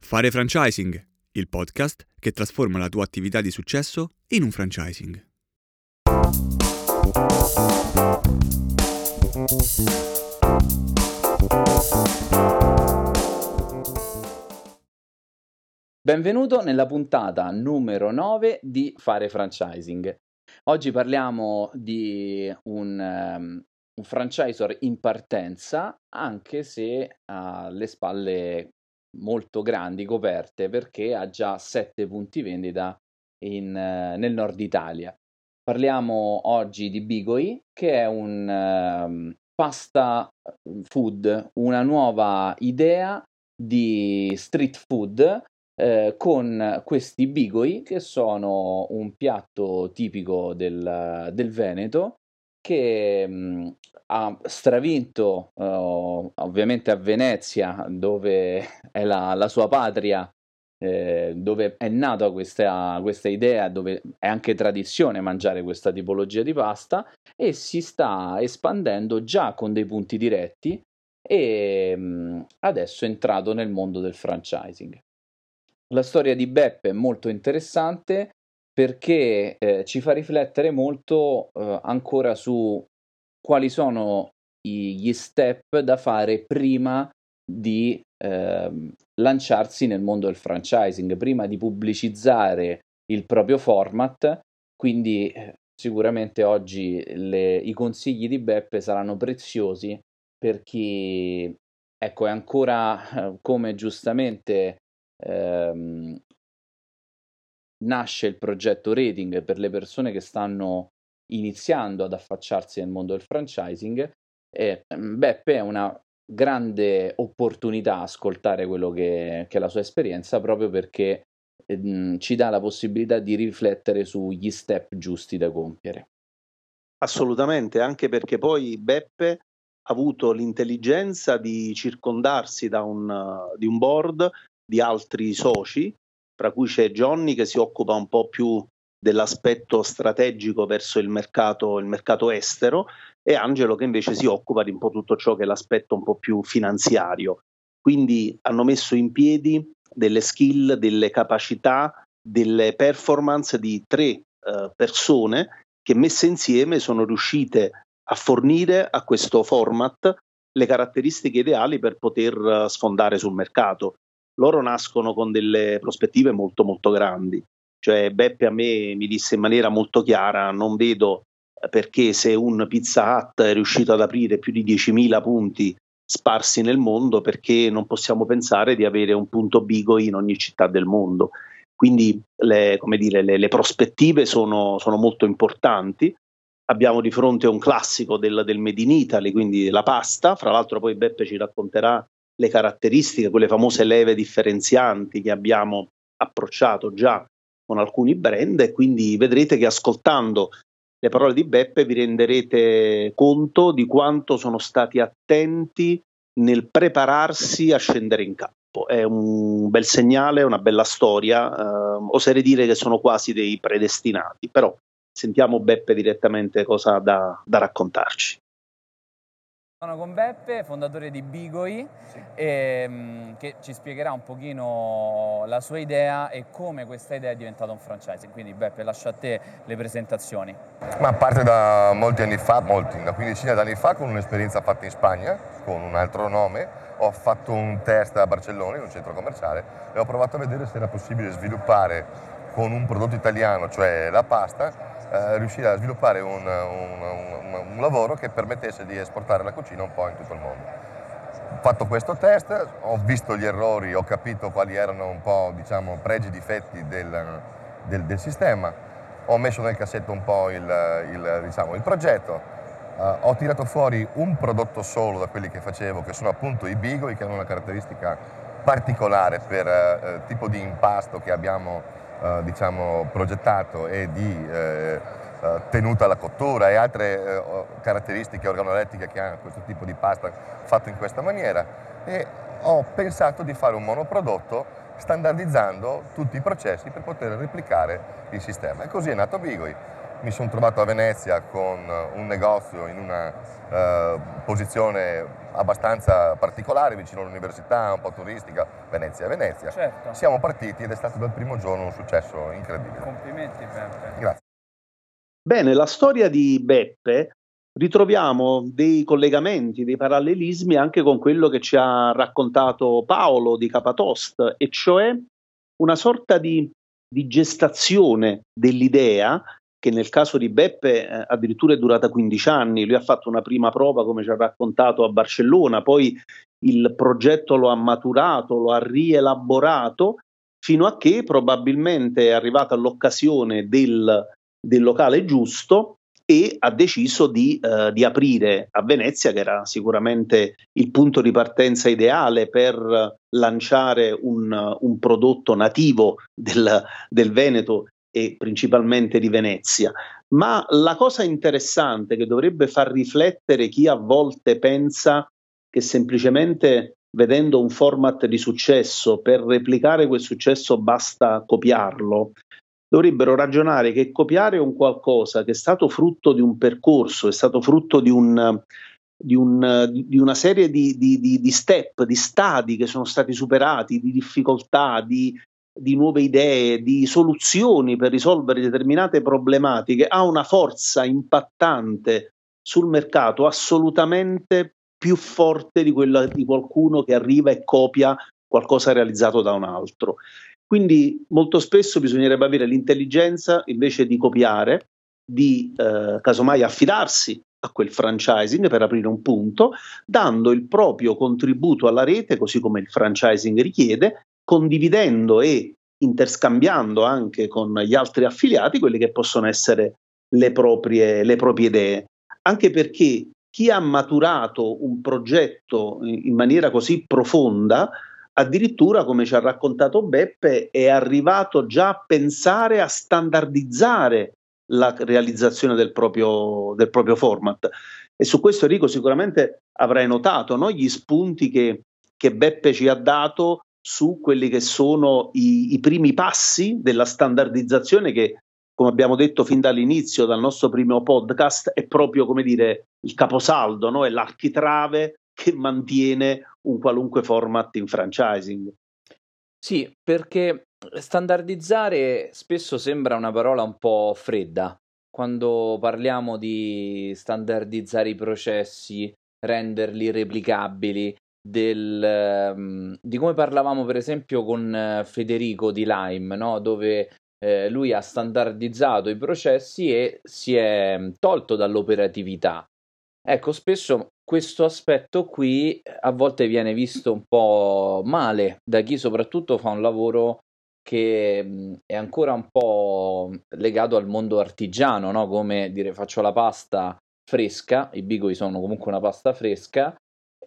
Fare franchising, il podcast che trasforma la tua attività di successo in un franchising. Benvenuto nella puntata numero 9 di Fare franchising. Oggi parliamo di un franchisor in partenza, anche se ha le spalle molto grandi, coperte, perché ha già 7 punti vendita nel nord Italia. Parliamo oggi di Bigoi, che è un pasta food, una nuova idea di street food con questi bigoi, che sono un piatto tipico del Veneto, che ha stravinto ovviamente a Venezia, dove è la sua patria, dove è nata questa idea, dove è anche tradizione mangiare questa tipologia di pasta, e si sta espandendo già con dei punti diretti e adesso è entrato nel mondo del franchising. La storia di Beppe è molto interessante perché ci fa riflettere molto ancora su quali sono gli step da fare prima di lanciarsi nel mondo del franchising, prima di pubblicizzare il proprio format. Quindi sicuramente oggi i consigli di Beppe saranno preziosi per chi, ecco, è ancora come giustamente nasce il progetto Rating per le persone che stanno iniziando ad affacciarsi nel mondo del franchising. E Beppe è una grande opportunità ascoltare quello che è la sua esperienza, proprio perché ci dà la possibilità di riflettere sugli step giusti da compiere. Assolutamente, anche perché poi Beppe ha avuto l'intelligenza di circondarsi di un board di altri soci, tra cui c'è Johnny che si occupa un po' più dell'aspetto strategico verso il mercato estero, e Angelo che invece si occupa di un po' tutto ciò che è l'aspetto un po' più finanziario. Quindi hanno messo in piedi delle skill, delle capacità, delle performance di 3 persone che messe insieme sono riuscite a fornire a questo format le caratteristiche ideali per poter sfondare sul mercato. Loro nascono con delle prospettive molto molto grandi, cioè Beppe a me mi disse in maniera molto chiara: non vedo perché, se un Pizza Hut è riuscito ad aprire più di 10.000 punti sparsi nel mondo, perché non possiamo pensare di avere un punto Bigoi in ogni città del mondo. Quindi le prospettive sono molto importanti. Abbiamo di fronte un classico del Made in Italy, quindi la pasta. Fra l'altro poi Beppe ci racconterà le caratteristiche, quelle famose leve differenzianti che abbiamo approcciato già con alcuni brand, e quindi vedrete che ascoltando le parole di Beppe vi renderete conto di quanto sono stati attenti nel prepararsi a scendere in campo. È un bel segnale, una bella storia, oserei dire che sono quasi dei predestinati, però sentiamo Beppe direttamente cosa ha da raccontarci. Sono con Beppe, fondatore di Bigoi, che ci spiegherà un pochino la sua idea e come questa idea è diventata un franchising. Quindi Beppe, lascio a te le presentazioni. Ma parte da molti anni fa, una quindicina d'anni fa, con un'esperienza fatta in Spagna, con un altro nome. Ho fatto un test a Barcellona, in un centro commerciale, e ho provato a vedere se era possibile sviluppare con un prodotto italiano, cioè la pasta, riuscire a sviluppare un lavoro che permettesse di esportare la cucina un po' in tutto il mondo. Ho fatto questo test, ho visto gli errori, ho capito quali erano un po', diciamo, pregi e difetti del sistema, ho messo nel cassetto un po' il progetto. Ho tirato fuori un prodotto solo da quelli che facevo, che sono appunto i Bigoi, che hanno una caratteristica particolare per tipo di impasto che abbiamo progettato, e di tenuta alla cottura e altre caratteristiche organolettiche che ha questo tipo di pasta fatto in questa maniera, e ho pensato di fare un monoprodotto standardizzando tutti i processi per poter replicare il sistema, e così è nato Bigoi. mi sono trovato a Venezia con un negozio in una posizione abbastanza particolare, vicino all'università, un po' turistica, Venezia è Venezia. Certo. Siamo partiti ed è stato dal primo giorno un successo incredibile. Complimenti Beppe. Grazie. Bene, la storia di Beppe, ritroviamo dei collegamenti, dei parallelismi anche con quello che ci ha raccontato Paolo di Capatost, e cioè una sorta di gestazione dell'idea, che nel caso di Beppe addirittura è durata 15 anni. Lui ha fatto una prima prova, come ci ha raccontato, a Barcellona, poi il progetto lo ha maturato, lo ha rielaborato, fino a che probabilmente è arrivata l'occasione del locale giusto e ha deciso di aprire a Venezia, che era sicuramente il punto di partenza ideale per lanciare un prodotto nativo del Veneto e principalmente di Venezia. Ma la cosa interessante che dovrebbe far riflettere chi a volte pensa che semplicemente vedendo un format di successo, per replicare quel successo basta copiarlo, dovrebbero ragionare che copiare un qualcosa che è stato frutto di un percorso, è stato frutto di una serie di step, di stadi che sono stati superati, di difficoltà, di nuove idee, di soluzioni per risolvere determinate problematiche, ha una forza impattante sul mercato assolutamente più forte di quella di qualcuno che arriva e copia qualcosa realizzato da un altro. Quindi molto spesso bisognerebbe avere l'intelligenza, invece di copiare, di casomai affidarsi a quel franchising per aprire un punto, dando il proprio contributo alla rete, così come il franchising richiede, condividendo e interscambiando anche con gli altri affiliati quelle che possono essere le proprie idee. Anche perché chi ha maturato un progetto in maniera così profonda, addirittura, come ci ha raccontato Beppe, è arrivato già a pensare a standardizzare la realizzazione del proprio format. E su questo, Enrico, sicuramente avrai notato, no, gli spunti che Beppe ci ha dato su quelli che sono i primi passi della standardizzazione, che, come abbiamo detto fin dall'inizio, dal nostro primo podcast, è proprio, come dire, il caposaldo, no? È l'architrave che mantiene un qualunque format in franchising. Sì, perché standardizzare spesso sembra una parola un po' fredda. Quando parliamo di standardizzare i processi, renderli replicabili, di come parlavamo per esempio con Federico di Lime, no? Dove lui ha standardizzato i processi e si è tolto dall'operatività. Ecco, spesso questo aspetto qui a volte viene visto un po' male da chi soprattutto fa un lavoro che è ancora un po' legato al mondo artigiano, no? Come dire, faccio la pasta fresca, i bigoi sono comunque una pasta fresca,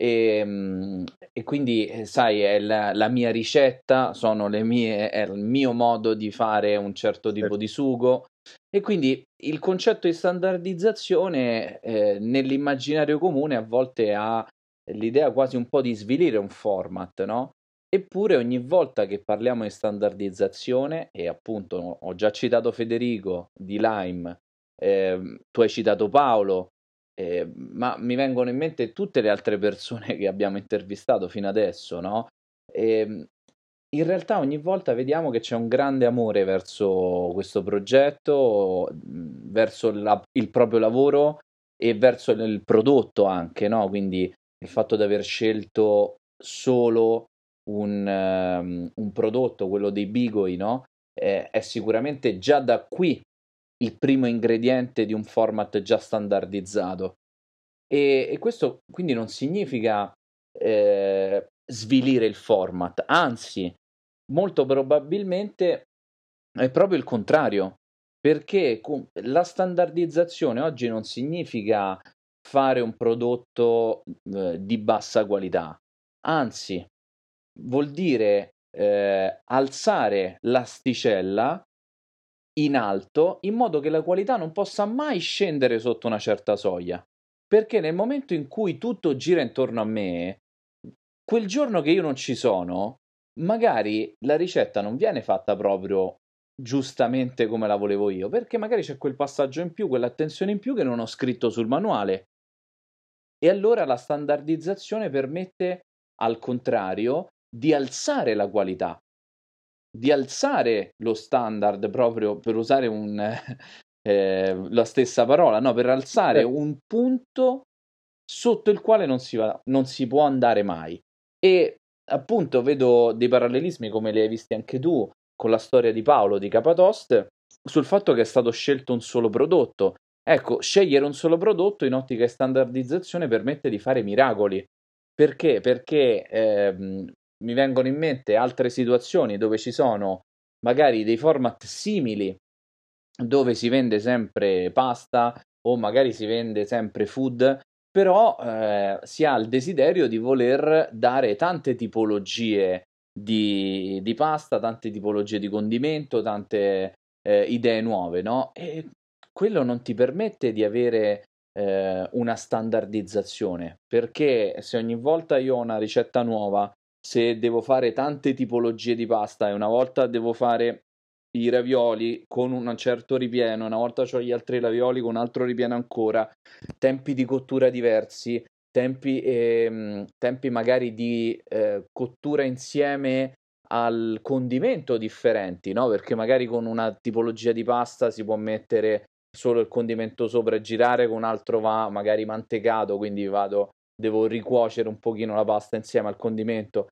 e quindi sai, è la mia ricetta, è il mio modo di fare un certo tipo di sugo. E quindi il concetto di standardizzazione nell'immaginario comune a volte ha l'idea quasi un po' di svilire un format, no? Eppure ogni volta che parliamo di standardizzazione, e appunto ho già citato Federico di Lime, tu hai citato Paolo, ma mi vengono in mente tutte le altre persone che abbiamo intervistato fino adesso, no? In realtà ogni volta vediamo che c'è un grande amore verso questo progetto, verso il proprio lavoro e verso il prodotto anche, no? Quindi il fatto di aver scelto solo un prodotto, quello dei bigoi, no? È sicuramente già da qui il primo ingrediente di un format già standardizzato. E questo quindi non significa svilire il format, anzi, molto probabilmente è proprio il contrario, perché la standardizzazione oggi non significa fare un prodotto di bassa qualità, anzi, vuol dire alzare l'asticella in alto in modo che la qualità non possa mai scendere sotto una certa soglia. Perché nel momento in cui tutto gira intorno a me, quel giorno che io non ci sono, magari la ricetta non viene fatta proprio giustamente come la volevo io, perché magari c'è quel passaggio in più, quell'attenzione in più che non ho scritto sul manuale. E allora la standardizzazione permette, al contrario, di alzare la qualità, di alzare lo standard, proprio per usare la stessa parola, no? Per alzare un punto sotto il quale non si può andare mai. E appunto vedo dei parallelismi, come li hai visti anche tu, con la storia di Paolo di Capatost, sul fatto che è stato scelto un solo prodotto. Ecco, scegliere un solo prodotto in ottica e standardizzazione permette di fare miracoli. Perché? Perché mi vengono in mente altre situazioni dove ci sono magari dei format simili, dove si vende sempre pasta o magari si vende sempre food, però si ha il desiderio di voler dare tante tipologie di pasta, tante tipologie di condimento, tante idee nuove, no? E quello non ti permette di avere una standardizzazione, perché se ogni volta io ho una ricetta nuova, se devo fare tante tipologie di pasta e una volta devo fare i ravioli con un certo ripieno, una volta ho gli altri ravioli con un altro ripieno ancora, tempi di cottura diversi, tempi magari di cottura insieme al condimento differenti, no? Perché magari con una tipologia di pasta si può mettere solo il condimento sopra e girare, con un altro va magari mantecato, quindi devo ricuocere un pochino la pasta insieme al condimento.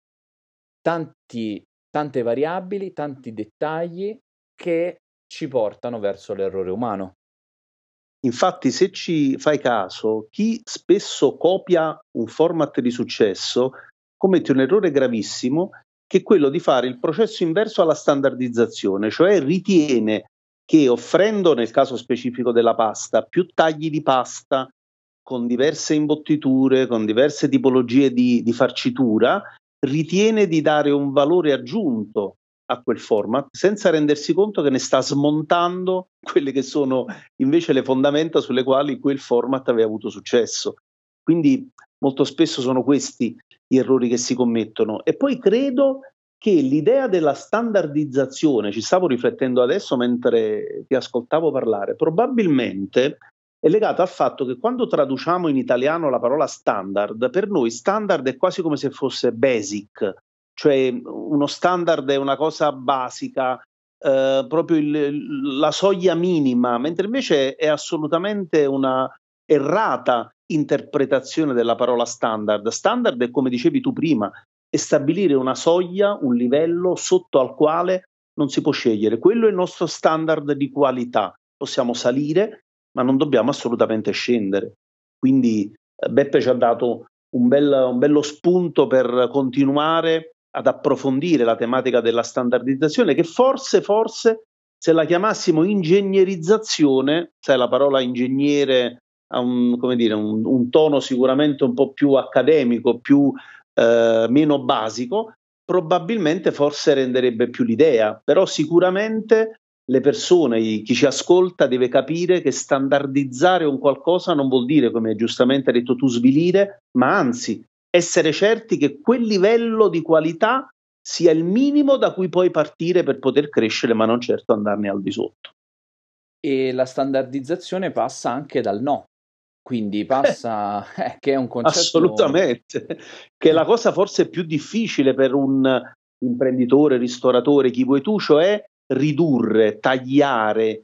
Tante variabili, tanti dettagli che ci portano verso l'errore umano. Infatti, se ci fai caso, chi spesso copia un format di successo commette un errore gravissimo, che è quello di fare il processo inverso alla standardizzazione, cioè ritiene che offrendo, nel caso specifico della pasta, più tagli di pasta con diverse imbottiture, con diverse tipologie di farcitura, ritiene di dare un valore aggiunto a quel format senza rendersi conto che ne sta smontando quelle che sono invece le fondamenta sulle quali quel format aveva avuto successo. Quindi molto spesso sono questi gli errori che si commettono. E poi credo che l'idea della standardizzazione, ci stavo riflettendo adesso mentre ti ascoltavo parlare, probabilmente è legata al fatto che quando traduciamo in italiano la parola standard, per noi standard è quasi come se fosse basic, cioè uno standard è una cosa basica, proprio la soglia minima, mentre invece è assolutamente una errata interpretazione della parola standard. Standard è, come dicevi tu prima, è stabilire una soglia, un livello sotto al quale non si può scegliere. Quello è il nostro standard di qualità. Possiamo salire, ma non dobbiamo assolutamente scendere. Quindi Beppe ci ha dato un bello spunto per continuare ad approfondire la tematica della standardizzazione, che forse se la chiamassimo ingegnerizzazione, sai, la parola ingegnere ha un tono sicuramente un po' più accademico, meno basico, probabilmente forse renderebbe più l'idea, però sicuramente le persone, chi ci ascolta deve capire che standardizzare un qualcosa non vuol dire, come giustamente hai detto tu, svilire, ma anzi essere certi che quel livello di qualità sia il minimo da cui puoi partire per poter crescere, ma non certo andarne al di sotto. E la standardizzazione passa anche dal no, quindi passa, che è un concetto... Assolutamente, che è la cosa forse più difficile per un imprenditore, ristoratore, chi vuoi tu, cioè ridurre, tagliare,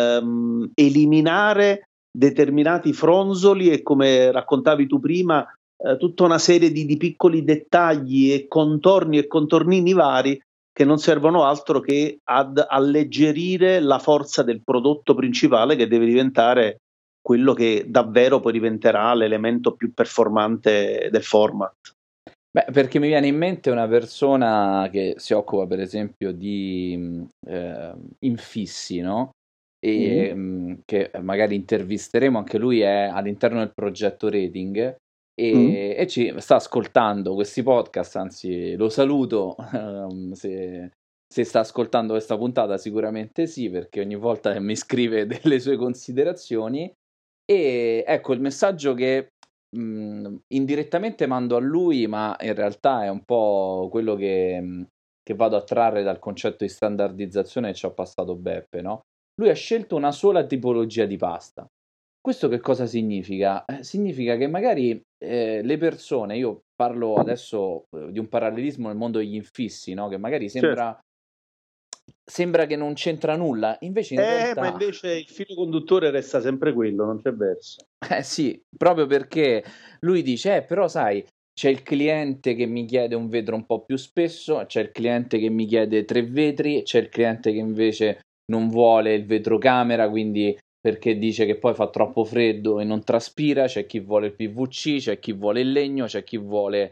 eliminare determinati fronzoli e, come raccontavi tu prima, tutta una serie di piccoli dettagli e contorni e contornini vari che non servono altro che ad alleggerire la forza del prodotto principale, che deve diventare quello che davvero poi diventerà l'elemento più performante del format. Beh, perché mi viene in mente una persona che si occupa per esempio di infissi, no? E che magari intervisteremo, anche lui è all'interno del progetto Rating e ci sta ascoltando questi podcast, anzi lo saluto se sta ascoltando questa puntata, sicuramente sì, perché ogni volta mi scrive delle sue considerazioni. E ecco il messaggio che indirettamente mando a lui, ma in realtà è un po' quello che che vado a trarre dal concetto di standardizzazione che ci ha passato Beppe, no? Lui ha scelto una sola tipologia di pasta. Questo che cosa significa? Significa che magari le persone, io parlo adesso di un parallelismo nel mondo degli infissi, no? Che magari Certo. sembra che non c'entra nulla, invece in Ma realtà invece il filo conduttore resta sempre quello, non c'è verso. sì, proprio perché lui dice, però sai, c'è il cliente che mi chiede un vetro un po' più spesso, c'è il cliente che mi chiede 3 vetri, c'è il cliente che invece non vuole il vetrocamera, quindi perché dice che poi fa troppo freddo e non traspira, c'è chi vuole il PVC, c'è chi vuole il legno, c'è chi vuole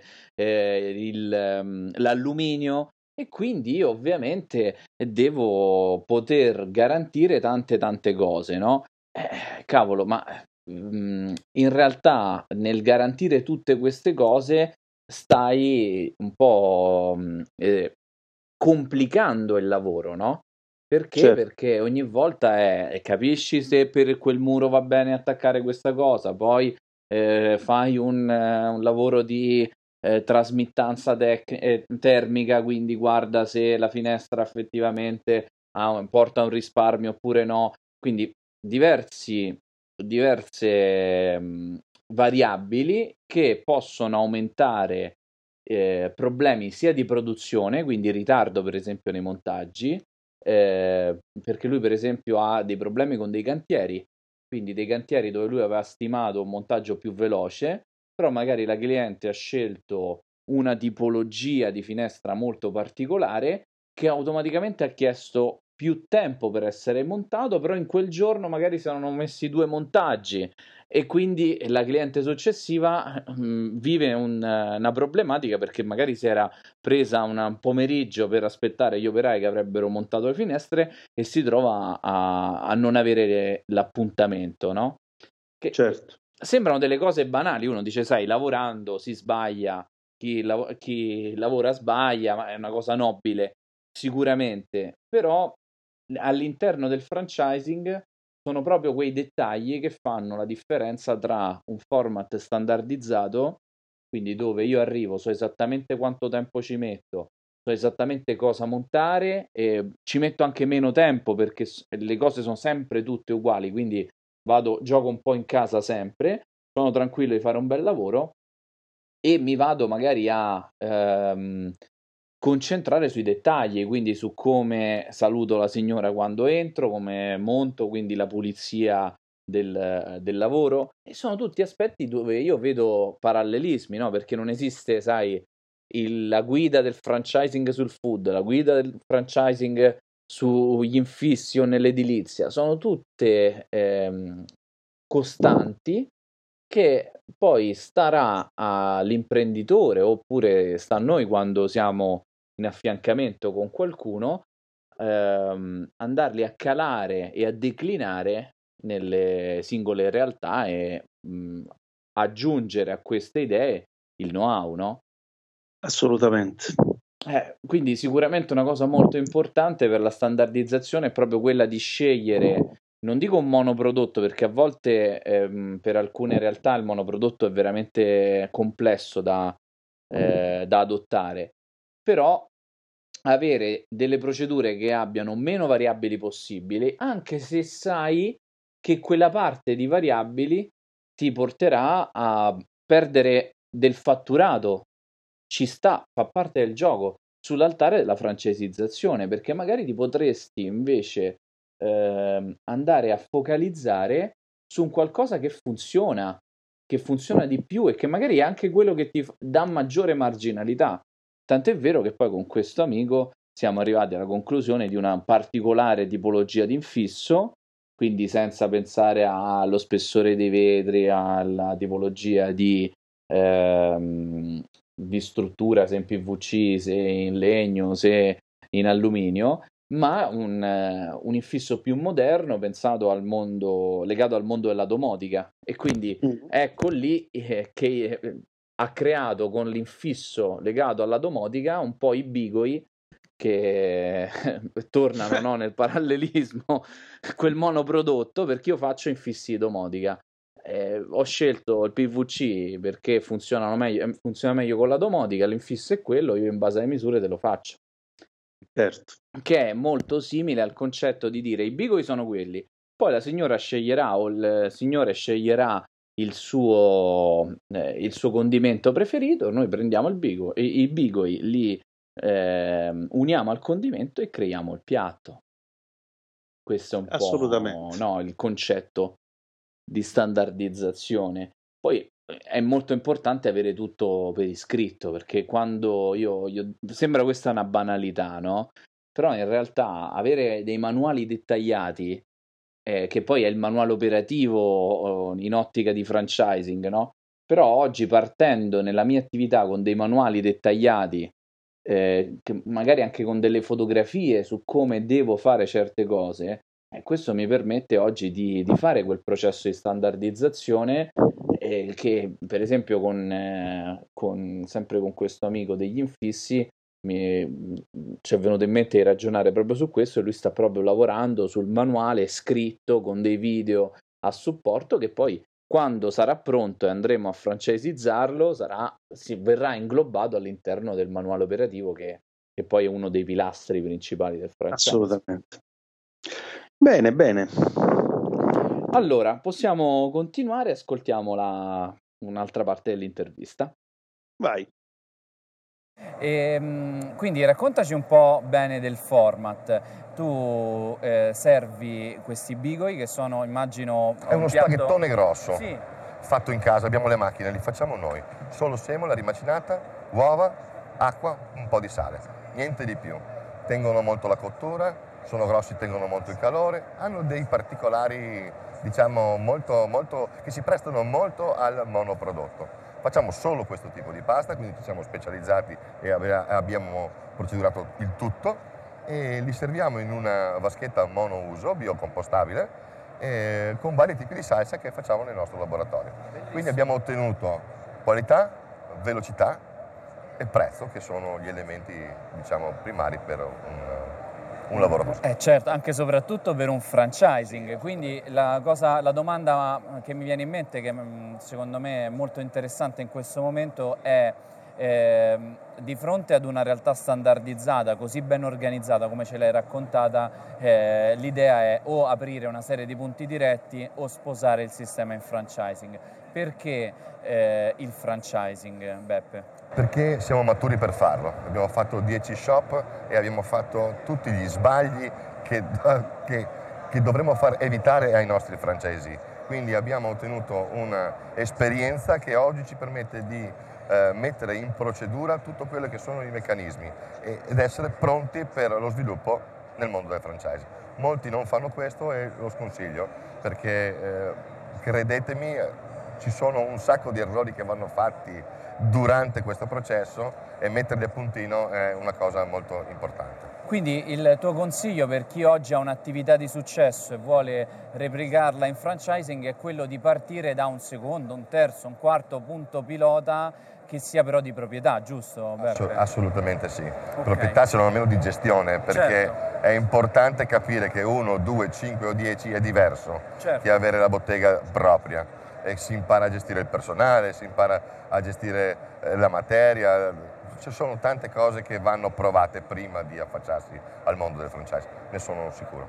l'alluminio e quindi io ovviamente devo poter garantire tante cose, no? Cavolo, ma in realtà nel garantire tutte queste cose stai un po' complicando il lavoro, no? Perché? Certo. Perché ogni volta capisci se per quel muro va bene attaccare questa cosa, poi fai un lavoro di trasmittanza termica, quindi guarda se la finestra effettivamente porta un risparmio oppure no. Quindi diverse variabili che possono aumentare problemi sia di produzione, quindi ritardo per esempio nei montaggi, perché lui per esempio ha dei problemi con dei cantieri, quindi dei cantieri dove lui aveva stimato un montaggio più veloce, però magari la cliente ha scelto una tipologia di finestra molto particolare che automaticamente ha chiesto più tempo per essere montato, però in quel giorno magari si erano messi 2 montaggi e quindi la cliente successiva vive una problematica perché magari si era presa un pomeriggio per aspettare gli operai che avrebbero montato le finestre e si trova a non avere l'appuntamento, no? Che Certo. sembrano delle cose banali, uno dice, sai, lavorando si sbaglia, chi lavora sbaglia, ma è una cosa nobile, sicuramente, però all'interno del franchising sono proprio quei dettagli che fanno la differenza tra un format standardizzato, quindi dove io arrivo, so esattamente quanto tempo ci metto, so esattamente cosa montare e ci metto anche meno tempo perché le cose sono sempre tutte uguali, quindi gioco un po' in casa sempre, sono tranquillo di fare un bel lavoro e mi vado magari a concentrare sui dettagli, quindi su come saluto la signora quando entro, come monto, quindi la pulizia del lavoro. E sono tutti aspetti dove io vedo parallelismi, no? Perché non esiste, sai, la guida del franchising sul food, la guida del franchising sugli infissi o nell'edilizia. Sono tutte costanti che poi starà all'imprenditore oppure sta a noi quando siamo in affiancamento con qualcuno, andarli a calare e a declinare nelle singole realtà e aggiungere a queste idee il know-how, no? Assolutamente. Quindi sicuramente una cosa molto importante per la standardizzazione è proprio quella di scegliere, non dico un monoprodotto, perché a volte per alcune realtà il monoprodotto è veramente complesso da adottare, però avere delle procedure che abbiano meno variabili possibili, anche se sai che quella parte di variabili ti porterà a perdere del fatturato. Ci sta, fa parte del gioco, sull'altare della francesizzazione, perché magari ti potresti invece andare a focalizzare su un qualcosa che funziona di più e che magari è anche quello che ti dà maggiore marginalità. Tant'è vero che poi con questo amico siamo arrivati alla conclusione di una particolare tipologia di infisso, quindi senza pensare allo spessore dei vetri, alla tipologia ehm, di struttura, se in PVC, se in legno, se in alluminio, ma un infisso più moderno pensato al mondo, legato al mondo della domotica. E quindi ecco lì che ha creato con l'infisso legato alla domotica un po' i bigoi che tornano, no, nel parallelismo, quel monoprodotto, perché io faccio infissi di domotica. Ho scelto il PVC perché funziona meglio con la domotica, l'infisso è quello, io in base alle misure te lo faccio. Certo. che è molto simile al concetto di dire i bigoi sono quelli, poi la signora sceglierà o il signore sceglierà il suo condimento preferito, noi prendiamo i bigoi, li uniamo al condimento e creiamo il piatto. Questo è un po', Assolutamente. no, il concetto di standardizzazione. Poi è molto importante avere tutto per iscritto, perché quando io sembra questa una banalità, no? Però in realtà avere dei manuali dettagliati, che poi è il manuale operativo in ottica di franchising, no? Però oggi partendo nella mia attività con dei manuali dettagliati, che magari anche con delle fotografie su come devo fare certe cose, questo mi permette oggi di fare quel processo di standardizzazione che per esempio sempre con questo amico degli infissi ci è venuto in mente di ragionare proprio su questo, e lui sta proprio lavorando sul manuale scritto con dei video a supporto che poi quando sarà pronto e andremo a franchiseizzarlo verrà inglobato all'interno del manuale operativo che poi è uno dei pilastri principali del franchise. Assolutamente. Bene, bene. Allora, possiamo continuare, ascoltiamo un'altra parte dell'intervista. Vai. Quindi raccontaci un po' bene del format. Tu servi questi bigoi che sono, immagino, È uno spaghettone grosso, sì, fatto in casa, abbiamo le macchine, li facciamo noi. Solo semola rimacinata, uova, acqua, un po' di sale, niente di più. Tengono molto la cottura, sono grossi, tengono molto il calore, hanno dei particolari, diciamo, che si prestano molto al monoprodotto. Facciamo solo questo tipo di pasta, quindi ci siamo specializzati e abbiamo procedurato il tutto e li serviamo in una vaschetta monouso biocompostabile con vari tipi di salsa che facciamo nel nostro laboratorio. Quindi abbiamo ottenuto qualità, velocità e prezzo, che sono gli elementi, diciamo, primari per un lavoro così. Certo, anche e soprattutto per un franchising. Quindi la domanda che mi viene in mente, che secondo me è molto interessante in questo momento, è di fronte ad una realtà standardizzata, così ben organizzata come ce l'hai raccontata, l'idea è o aprire una serie di punti diretti o sposare il sistema in franchising. Perché il franchising, Beppe? Perché siamo maturi per farlo. Abbiamo fatto 10 shop e abbiamo fatto tutti gli sbagli che dovremmo far evitare ai nostri francesi. Quindi abbiamo ottenuto un'esperienza che oggi ci permette di mettere in procedura tutto quello che sono i meccanismi ed essere pronti per lo sviluppo nel mondo del franchise. Molti non fanno questo e lo sconsiglio perché credetemi, ci sono un sacco di errori che vanno fatti durante questo processo e metterli a puntino è una cosa molto importante. Quindi il tuo consiglio per chi oggi ha un'attività di successo e vuole replicarla in franchising è quello di partire da un secondo, un terzo, un quarto punto pilota che sia però di proprietà, giusto? Assolutamente sì. Okay. Proprietà se non almeno di gestione, perché certo, è importante capire che 1, 2, 5 o 10 è diverso che avere la bottega propria. E si impara a gestire il personale, si impara a gestire la materia, ci sono tante cose che vanno provate prima di affacciarsi al mondo del franchise, ne sono sicuro.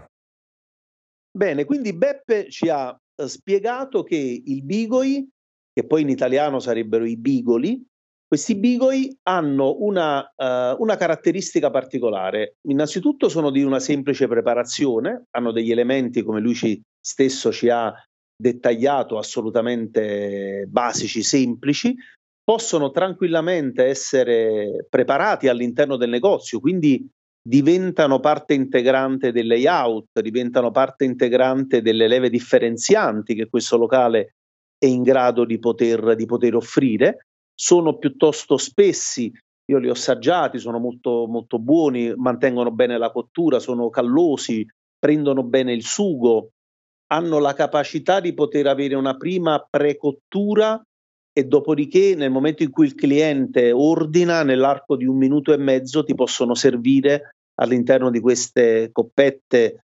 Bene, quindi Beppe ci ha spiegato che il bigoi, che poi in italiano sarebbero i bigoli, questi bigoi hanno una caratteristica particolare. Innanzitutto sono di una semplice preparazione, hanno degli elementi, come lui stesso ci ha dettagliato, assolutamente basici, semplici, possono tranquillamente essere preparati all'interno del negozio, quindi diventano parte integrante del layout, diventano parte integrante delle leve differenzianti che questo locale è in grado di poter offrire. Sono piuttosto spessi, io li ho assaggiati, sono molto, molto buoni, mantengono bene la cottura, sono callosi, prendono bene il sugo, hanno la capacità di poter avere una prima precottura e dopodiché nel momento in cui il cliente ordina, nell'arco di 1 minuto e mezzo ti possono servire all'interno di queste coppette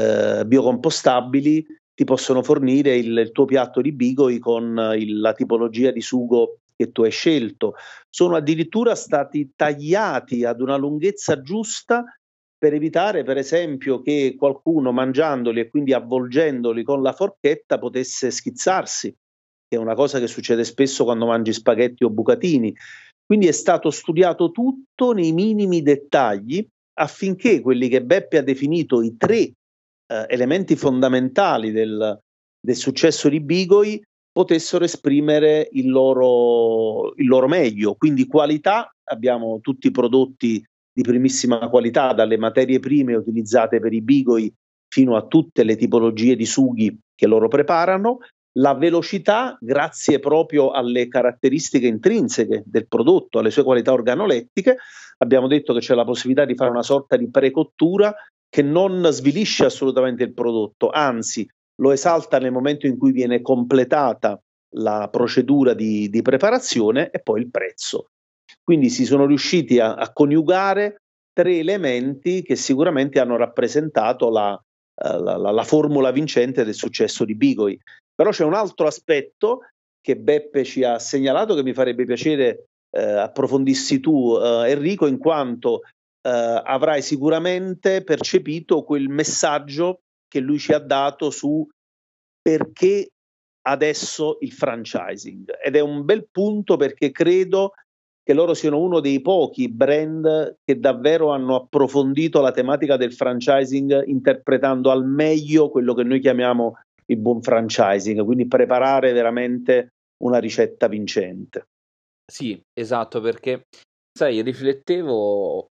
biocompostabili, ti possono fornire il tuo piatto di bigoi con la tipologia di sugo che tu hai scelto. Sono addirittura stati tagliati ad una lunghezza giusta per evitare per esempio che qualcuno mangiandoli e quindi avvolgendoli con la forchetta potesse schizzarsi, che è una cosa che succede spesso quando mangi spaghetti o bucatini. Quindi è stato studiato tutto nei minimi dettagli affinché quelli che Beppe ha definito i 3 elementi fondamentali del successo di Bigoi potessero esprimere il loro meglio. Quindi qualità, abbiamo tutti i prodotti di primissima qualità, dalle materie prime utilizzate per i Bigoi fino a tutte le tipologie di sughi che loro preparano. La velocità, grazie proprio alle caratteristiche intrinseche del prodotto, alle sue qualità organolettiche, abbiamo detto che c'è la possibilità di fare una sorta di precottura che non svilisce assolutamente il prodotto, anzi lo esalta nel momento in cui viene completata la procedura di preparazione, e poi il prezzo. Quindi si sono riusciti a coniugare 3 elementi che sicuramente hanno rappresentato la formula vincente del successo di Bigoi. Però c'è un altro aspetto che Beppe ci ha segnalato che mi farebbe piacere approfondissi tu, Enrico, in quanto avrai sicuramente percepito quel messaggio che lui ci ha dato su perché adesso il franchising. Ed è un bel punto, perché credo che loro siano uno dei pochi brand che davvero hanno approfondito la tematica del franchising, interpretando al meglio quello che noi chiamiamo il buon franchising, quindi preparare veramente una ricetta vincente. Sì, esatto, perché sai, riflettevo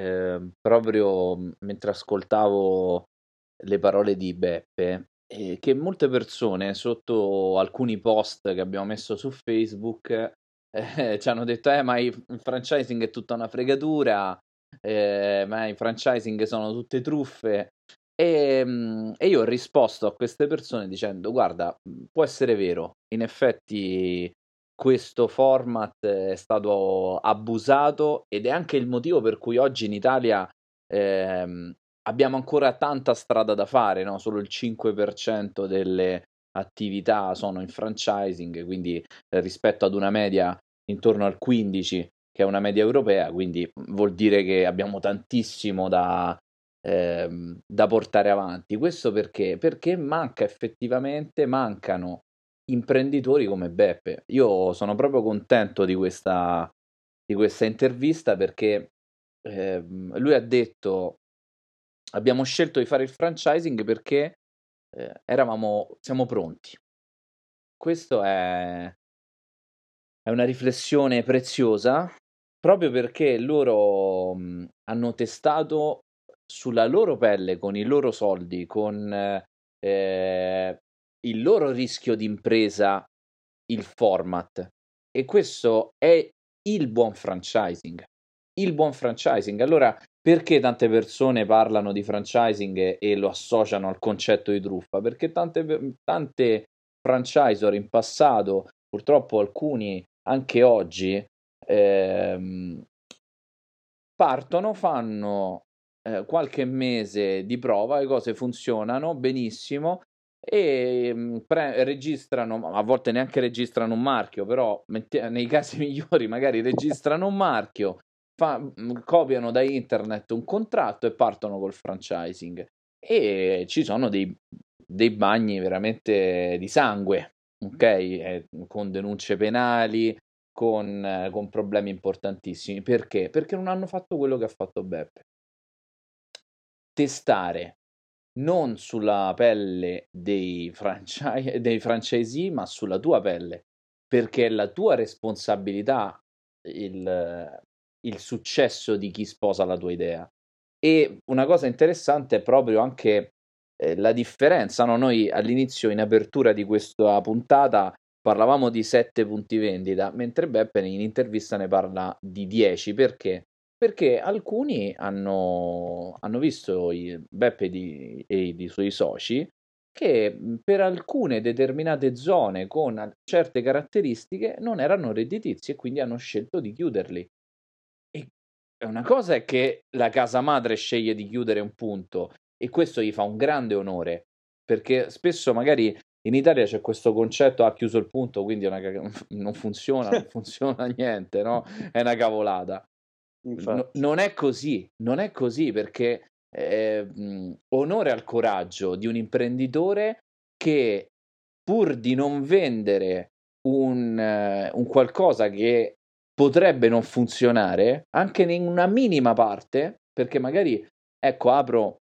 proprio mentre ascoltavo le parole di Beppe, che molte persone sotto alcuni post che abbiamo messo su Facebook ci hanno detto ma il franchising è tutta una fregatura, ma i franchising sono tutte truffe. E io ho risposto a queste persone dicendo: guarda, può essere vero, in effetti questo format è stato abusato, ed è anche il motivo per cui oggi in Italia abbiamo ancora tanta strada da fare, no? Solo il 5% delle attività sono in franchising, quindi rispetto ad una media intorno al 15%, che è una media europea, quindi vuol dire che abbiamo tantissimo da portare avanti. Questo perché? Perché mancano imprenditori come Beppe. Io sono proprio contento di questa intervista, perché lui ha detto: abbiamo scelto di fare il franchising perché siamo pronti. Questo è una riflessione preziosa, proprio perché loro hanno testato sulla loro pelle, con i loro soldi, con il loro rischio di impresa, il format. E questo è il buon franchising. Il buon franchising. Allora, perché tante persone parlano di franchising e lo associano al concetto di truffa? Perché tante franchisor in passato, purtroppo alcuni anche oggi, partono, fanno qualche mese di prova, le cose funzionano benissimo e registrano, a volte neanche registrano un marchio, però nei casi migliori magari registrano un marchio, copiano da internet un contratto e partono col franchising. E ci sono dei bagni veramente di sangue, ok? Con denunce penali, con problemi importantissimi. Perché? Perché non hanno fatto quello che ha fatto Beppe. Testare non sulla pelle dei franchisee, ma sulla tua pelle, perché è la tua responsabilità il successo di chi sposa la tua idea. E una cosa interessante è proprio anche la differenza, no? Noi all'inizio, in apertura di questa puntata, parlavamo di 7 punti vendita, mentre Beppe in intervista ne parla di 10. Perché? Perché alcuni hanno visto Beppe e i suoi soci che per alcune determinate zone con certe caratteristiche non erano redditizi, e quindi hanno scelto di chiuderli. E una cosa è che la casa madre sceglie di chiudere un punto, e questo gli fa un grande onore, perché spesso magari in Italia c'è questo concetto: ha chiuso il punto, quindi non funziona niente, no? È una cavolata. Non è così, perché onore al coraggio di un imprenditore che, pur di non vendere un qualcosa che potrebbe non funzionare, anche in una minima parte, perché magari, ecco,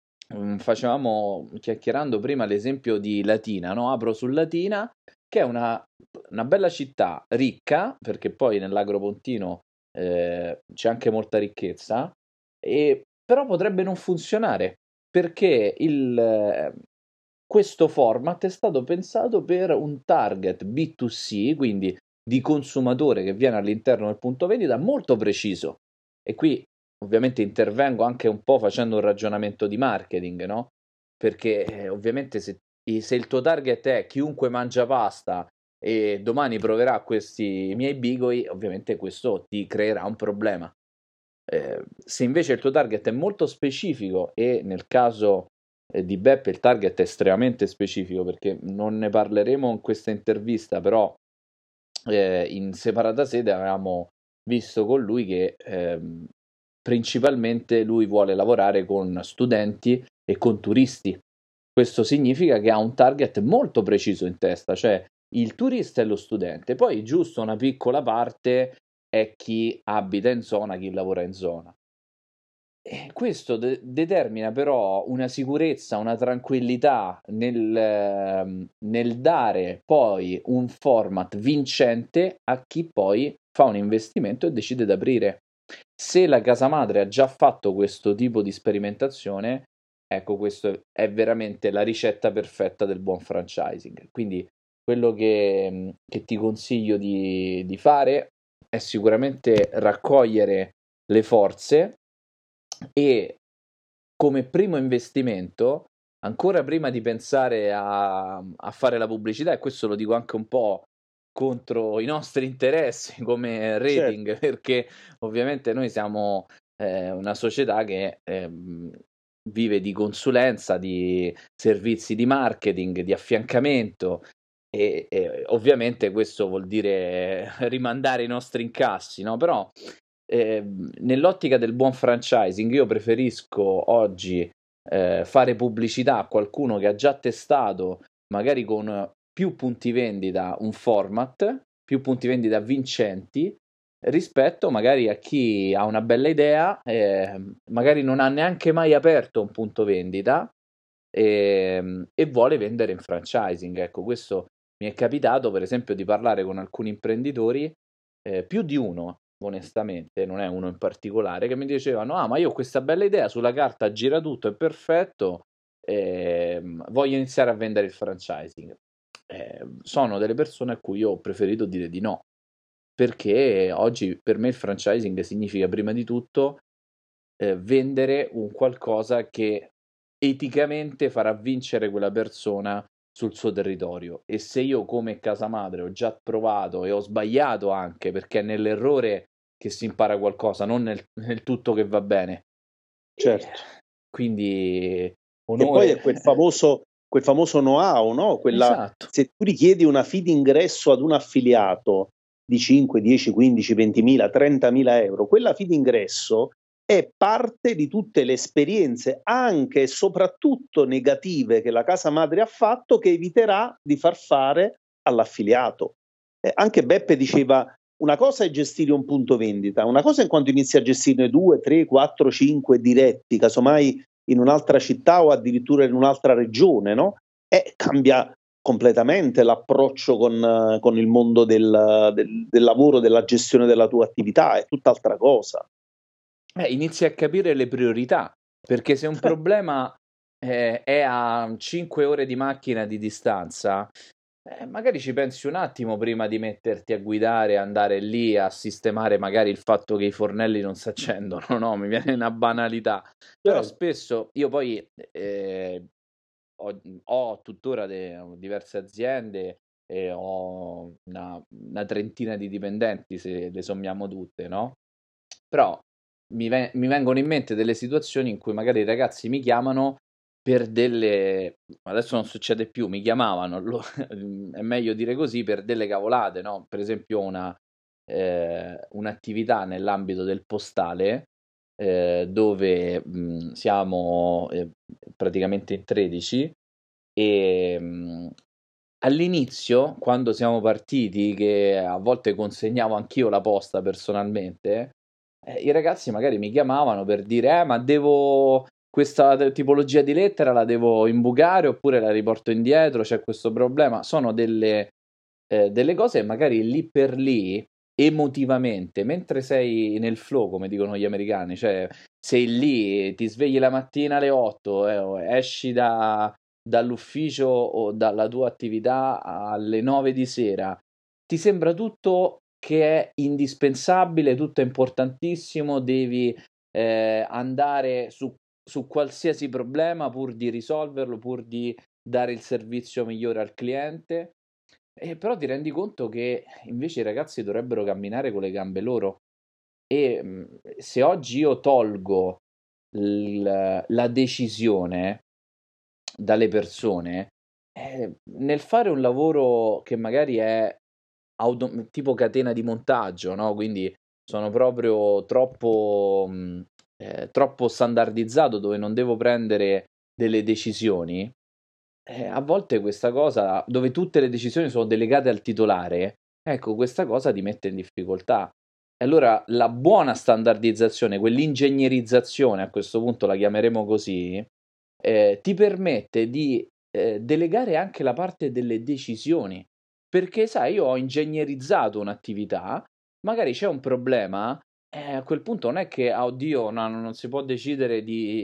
facevamo chiacchierando prima l'esempio di Latina, no? Apro su Latina, che è una bella città, ricca, perché poi nell'Agropontino c'è anche molta ricchezza, però potrebbe non funzionare, perché questo format è stato pensato per un target B2C, quindi di consumatore che viene all'interno del punto vendita, molto preciso. E qui ovviamente intervengo anche un po' facendo un ragionamento di marketing, no? Perché ovviamente se il tuo target è chiunque mangia pasta e domani proverà questi miei bigoi, ovviamente questo ti creerà un problema. Se invece il tuo target è molto specifico, e nel caso di Beppe il target è estremamente specifico, perché non ne parleremo in questa intervista, però in separata sede avevamo visto con lui che principalmente lui vuole lavorare con studenti e con turisti. Questo significa che ha un target molto preciso in testa, cioè il turista e lo studente. Poi giusto una piccola parte è chi abita in zona, chi lavora in zona. Questo determina però una sicurezza, una tranquillità nel dare poi un format vincente a chi poi fa un investimento e decide di aprire. Se la casa madre ha già fatto questo tipo di sperimentazione, ecco, questo è veramente la ricetta perfetta del buon franchising. Quindi quello che ti consiglio di fare è sicuramente raccogliere le forze e, come primo investimento, ancora prima di pensare a fare la pubblicità, e questo lo dico anche un po' contro i nostri interessi come rating, Certo. perché ovviamente noi siamo una società che vive di consulenza, di servizi di marketing, di affiancamento, e ovviamente questo vuol dire rimandare i nostri incassi, no? Però nell'ottica del buon franchising io preferisco oggi fare pubblicità a qualcuno che ha già testato, magari con più punti vendita, un format, più punti vendita vincenti, rispetto magari a chi ha una bella idea, magari non ha neanche mai aperto un punto vendita e vuole vendere in franchising. Ecco, questo mi è capitato per esempio di parlare con alcuni imprenditori, più di uno onestamente, non è uno in particolare, che mi dicevano: ah, ma io ho questa bella idea, sulla carta gira tutto, è perfetto, voglio iniziare a vendere il franchising. Sono delle persone a cui io ho preferito dire di no, perché oggi per me il franchising significa prima di tutto vendere un qualcosa che eticamente farà vincere quella persona sul suo territorio. E se io come casa madre ho già provato e ho sbagliato anche, perché è nell'errore che si impara qualcosa, non nel tutto che va bene. Certo. Quindi E poi è quel famoso know-how, no? Esatto. Se tu richiedi una fee d'ingresso ad un affiliato di 5, 10, 15, 20.000, 30.000 euro, quella fee d'ingresso è parte di tutte le esperienze, anche e soprattutto negative, che la casa madre ha fatto, che eviterà di far fare all'affiliato. Anche Beppe diceva: una cosa è gestire un punto vendita, una cosa è quando inizi a gestirne 2, 3, 4, 5 diretti, casomai in un'altra città o addirittura in un'altra regione, no? E cambia completamente l'approccio con il mondo del lavoro, della gestione della tua attività, è tutt'altra cosa. Inizi a capire le priorità, perché se un problema è a 5 ore di macchina di distanza, magari ci pensi un attimo prima di metterti a guidare, andare lì a sistemare magari il fatto che i fornelli non si accendono, no? Mi viene una banalità. Però spesso io poi ho tuttora diverse aziende e ho una trentina di dipendenti, se le sommiamo tutte, no? Però mi vengono in mente delle situazioni in cui magari i ragazzi mi chiamano per adesso non succede più, mi chiamavano, è meglio dire così, per delle cavolate, no? Per esempio un'attività nell'ambito del postale dove siamo praticamente in 13 e all'inizio, quando siamo partiti, che a volte consegnavo anch'io la posta personalmente, i ragazzi magari mi chiamavano per dire ma devo questa tipologia di lettera la devo imbucare oppure la riporto indietro, c'è questo problema. Sono delle cose magari lì per lì, emotivamente, mentre sei nel flow, come dicono gli americani, cioè sei lì, ti svegli la mattina alle 8, esci dall'ufficio o dalla tua attività alle 9 di sera, ti sembra tutto che è indispensabile, tutto è importantissimo, devi andare su qualsiasi problema pur di risolverlo, pur di dare il servizio migliore al cliente. Però ti rendi conto che invece i ragazzi dovrebbero camminare con le gambe loro. Se oggi io tolgo la decisione dalle persone, nel fare un lavoro che magari è tipo catena di montaggio, no? Quindi sono proprio troppo standardizzato, dove non devo prendere delle decisioni. A volte questa cosa, dove tutte le decisioni sono delegate al titolare, ecco, questa cosa ti mette in difficoltà. E allora la buona standardizzazione, quell'ingegnerizzazione, a questo punto la chiameremo così, ti permette di delegare anche la parte delle decisioni. Perché, sai, io ho ingegnerizzato un'attività, magari c'è un problema, a quel punto non è che, oddio, no, non si può decidere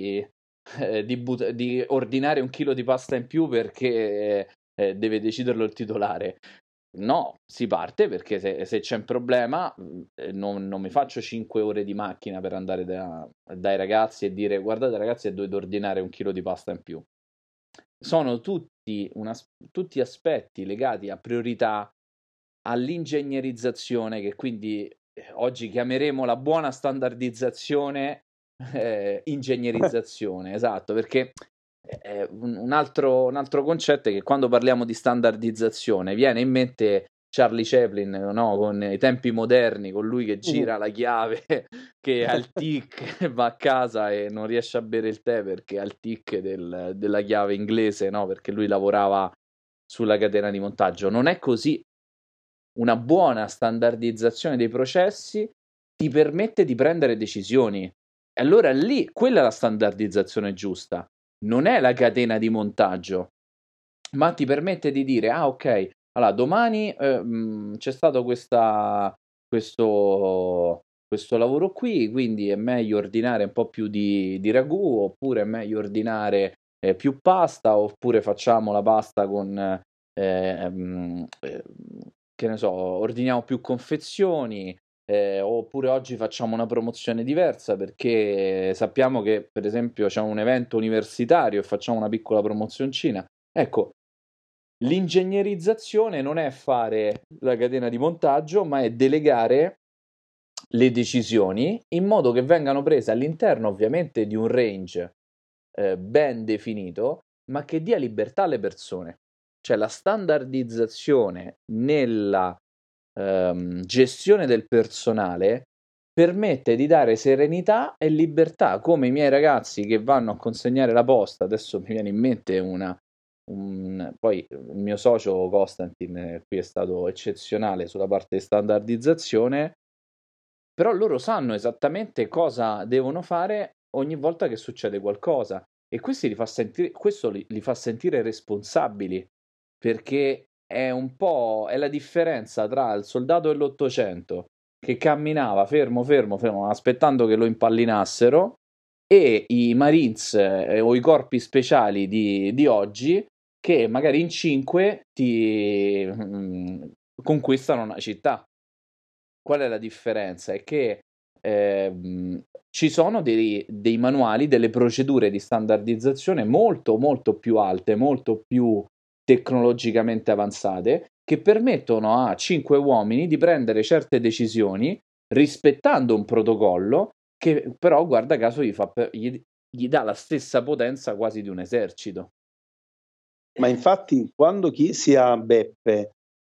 di ordinare 1 chilo di pasta in più perché deve deciderlo il titolare. No, si parte perché se c'è un problema non mi faccio 5 ore di macchina per andare dai ragazzi e dire guardate ragazzi dovete ordinare 1 chilo di pasta in più. Sono tutti aspetti legati a priorità, all'ingegnerizzazione, che quindi oggi chiameremo la buona standardizzazione, ingegnerizzazione, esatto, perché un altro concetto è che quando parliamo di standardizzazione viene in mente Charlie Chaplin, no? Con i tempi moderni, con lui che gira la chiave, che ha il tic, va a casa e non riesce a bere il tè perché ha il tic della chiave inglese, no? Perché lui lavorava sulla catena di montaggio. Non è così. Una buona standardizzazione dei processi ti permette di prendere decisioni. E allora lì, quella è la standardizzazione giusta. Non è la catena di montaggio, ma ti permette di dire, ok, allora domani c'è stato questo lavoro qui, quindi è meglio ordinare un po' più di ragù, oppure è meglio ordinare più pasta, oppure facciamo la pasta con, che ne so, ordiniamo più confezioni, oppure oggi facciamo una promozione diversa perché sappiamo che per esempio c'è un evento universitario e facciamo una piccola promozioncina. Ecco, l'ingegnerizzazione non è fare la catena di montaggio, ma è delegare le decisioni in modo che vengano prese all'interno ovviamente di un range ben definito, ma che dia libertà alle persone. Cioè la standardizzazione nella gestione del personale permette di dare serenità e libertà, come i miei ragazzi che vanno a consegnare la posta. Adesso mi viene in mente poi il mio socio Costantin qui è stato eccezionale sulla parte di standardizzazione, però loro sanno esattamente cosa devono fare ogni volta che succede qualcosa e questo li fa sentire responsabili, perché è un po' è la differenza tra il soldato dell'Ottocento che camminava fermo aspettando che lo impallinassero e i Marines o i corpi speciali di oggi che magari in 5 ti conquistano una città. Qual è la differenza? È che ci sono dei manuali, delle procedure di standardizzazione molto molto più alte, molto più tecnologicamente avanzate, che permettono a 5 uomini di prendere certe decisioni rispettando un protocollo che però, guarda caso, gli dà la stessa potenza quasi di un esercito. Ma infatti, quando sia Beppe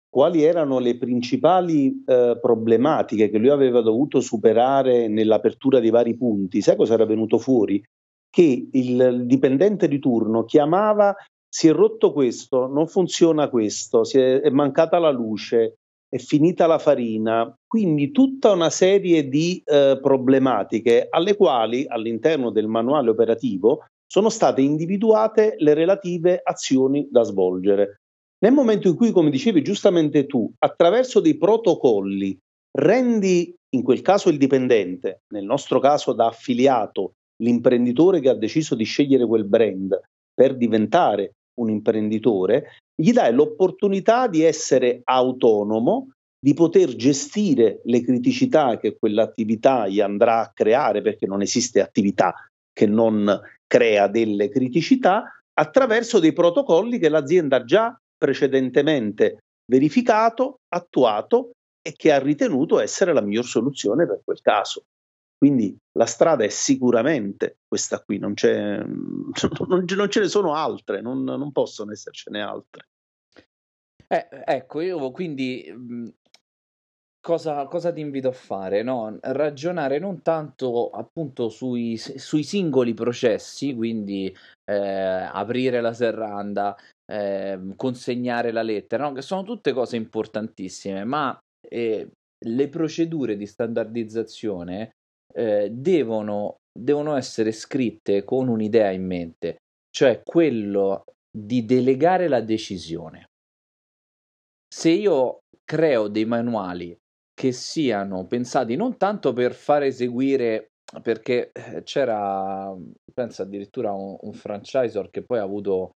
quali erano le principali problematiche che lui aveva dovuto superare nell'apertura dei vari punti, sai cosa era venuto fuori? Che il dipendente di turno chiamava: si è rotto questo, non funziona questo, è mancata la luce, è finita la farina, quindi tutta una serie di problematiche alle quali all'interno del manuale operativo sono state individuate le relative azioni da svolgere. Nel momento in cui, come dicevi giustamente tu, attraverso dei protocolli rendi in quel caso il dipendente, nel nostro caso da affiliato, l'imprenditore che ha deciso di scegliere quel brand per diventare un imprenditore, gli dai l'opportunità di essere autonomo, di poter gestire le criticità che quell'attività gli andrà a creare, perché non esiste attività che non crea delle criticità, attraverso dei protocolli che l'azienda ha già precedentemente verificato, attuato e che ha ritenuto essere la miglior soluzione per quel caso. Quindi la strada è sicuramente questa qui, non ce ne sono altre, non possono essercene altre. Ecco, io quindi cosa ti invito a fare? No? Ragionare non tanto appunto sui singoli processi, quindi aprire la serranda, consegnare la lettera, no? Che sono tutte cose importantissime, ma le procedure di standardizzazione devono essere scritte con un'idea in mente, cioè quello di delegare la decisione. Se io creo dei manuali che siano pensati non tanto per far eseguire, perché c'era, penso addirittura un franchisor che poi ha avuto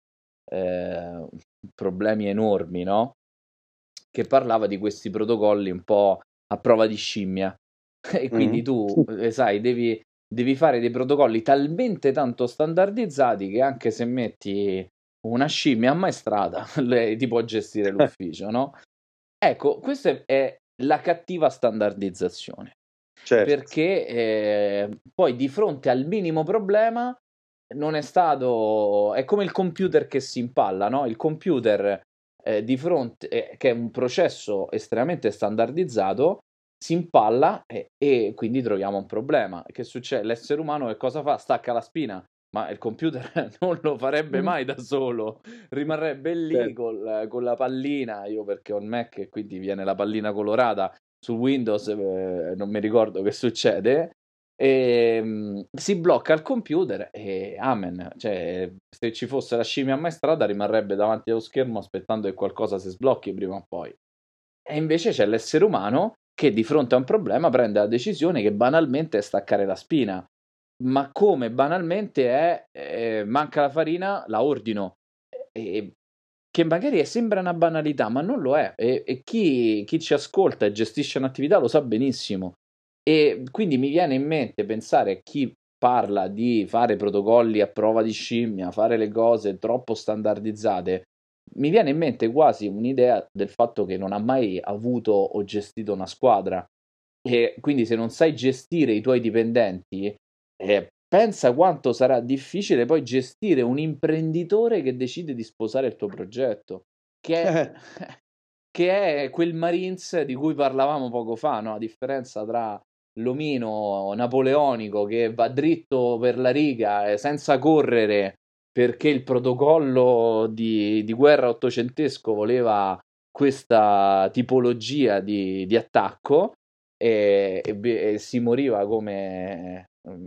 problemi enormi, no? Che parlava di questi protocolli un po' a prova di scimmia. E quindi tu, sai, devi fare dei protocolli talmente tanto standardizzati che anche se metti una scimmia ammaestrata, lei ti può gestire l'ufficio, no? Ecco, questa è la cattiva standardizzazione. Certo. Perché poi di fronte al minimo problema non è stato... È come il computer che si impalla, no? Il computer di fronte, che è un processo estremamente standardizzato, si impalla e quindi troviamo un problema. Che succede? L'essere umano che cosa fa? Stacca la spina, ma il computer non lo farebbe mai da solo, rimarrebbe lì con la pallina. Io perché ho il Mac e quindi viene la pallina colorata su Windows, non mi ricordo che succede, e si blocca il computer e amen, cioè se ci fosse la scimmia ammaestrata rimarrebbe davanti allo schermo aspettando che qualcosa si sblocchi prima o poi. E invece c'è l'essere umano che di fronte a un problema prende la decisione che banalmente è staccare la spina, ma come banalmente è manca la farina, la ordino, e che magari sembra una banalità, ma non lo è, e chi ci ascolta e gestisce un'attività lo sa benissimo. E quindi mi viene in mente pensare a chi parla di fare protocolli a prova di scimmia, fare le cose troppo standardizzate, mi viene in mente quasi un'idea del fatto che non ha mai avuto o gestito una squadra, e quindi se non sai gestire i tuoi dipendenti, pensa quanto sarà difficile poi gestire un imprenditore che decide di sposare il tuo progetto, che è, che è quel Marines di cui parlavamo poco fa, no? La differenza tra l'omino napoleonico che va dritto per la riga senza correre perché il protocollo di guerra ottocentesco voleva questa tipologia di attacco e si moriva come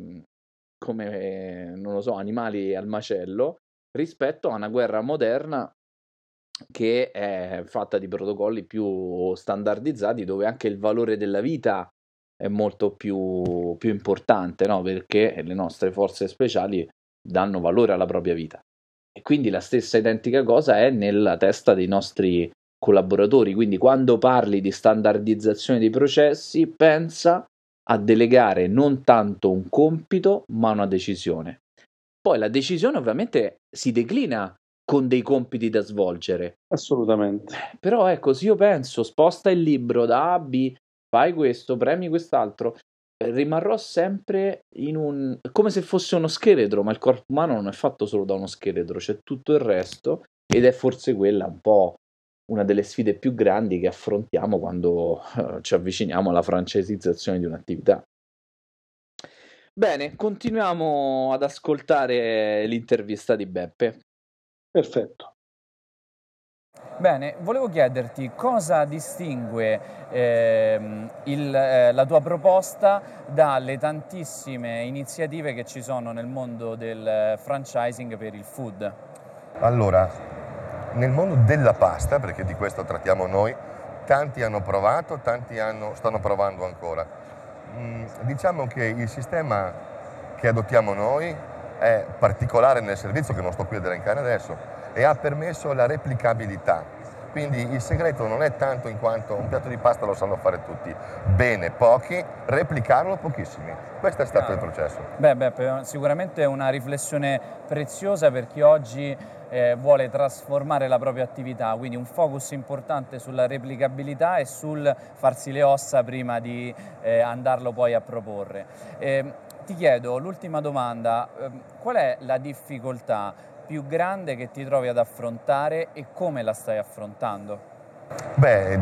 non lo so, animali al macello, rispetto a una guerra moderna che è fatta di protocolli più standardizzati, dove anche il valore della vita è molto più importante, no? Perché le nostre forze speciali danno valore alla propria vita. E quindi la stessa identica cosa è nella testa dei nostri collaboratori. Quindi quando parli di standardizzazione dei processi, pensa a delegare non tanto un compito, ma una decisione. Poi la decisione ovviamente si declina con dei compiti da svolgere. Assolutamente. Però ecco, se io penso, sposta il libro da A a B, fai questo, premi quest'altro, rimarrò sempre come se fosse uno scheletro, ma il corpo umano non è fatto solo da uno scheletro, c'è tutto il resto ed è forse quella un po' una delle sfide più grandi che affrontiamo quando ci avviciniamo alla francesizzazione di un'attività. Bene, continuiamo ad ascoltare l'intervista di Beppe. Perfetto. Bene, volevo chiederti cosa distingue la tua proposta dalle tantissime iniziative che ci sono nel mondo del franchising per il food. Allora, nel mondo della pasta, perché di questo trattiamo noi, tanti hanno provato, tanti stanno provando ancora. Diciamo che il sistema che adottiamo noi è particolare nel servizio, che non sto qui ad elencare adesso, e ha permesso la replicabilità. Quindi il segreto non è tanto in quanto un piatto di pasta lo sanno fare tutti, bene pochi, replicarlo pochissimi. Questo è stato il processo. Sicuramente è una riflessione preziosa per chi oggi vuole trasformare la propria attività, quindi un focus importante sulla replicabilità e sul farsi le ossa prima di andarlo poi a proporre. Ti chiedo, l'ultima domanda, qual è la difficoltà più grande che ti trovi ad affrontare e come la stai affrontando? Per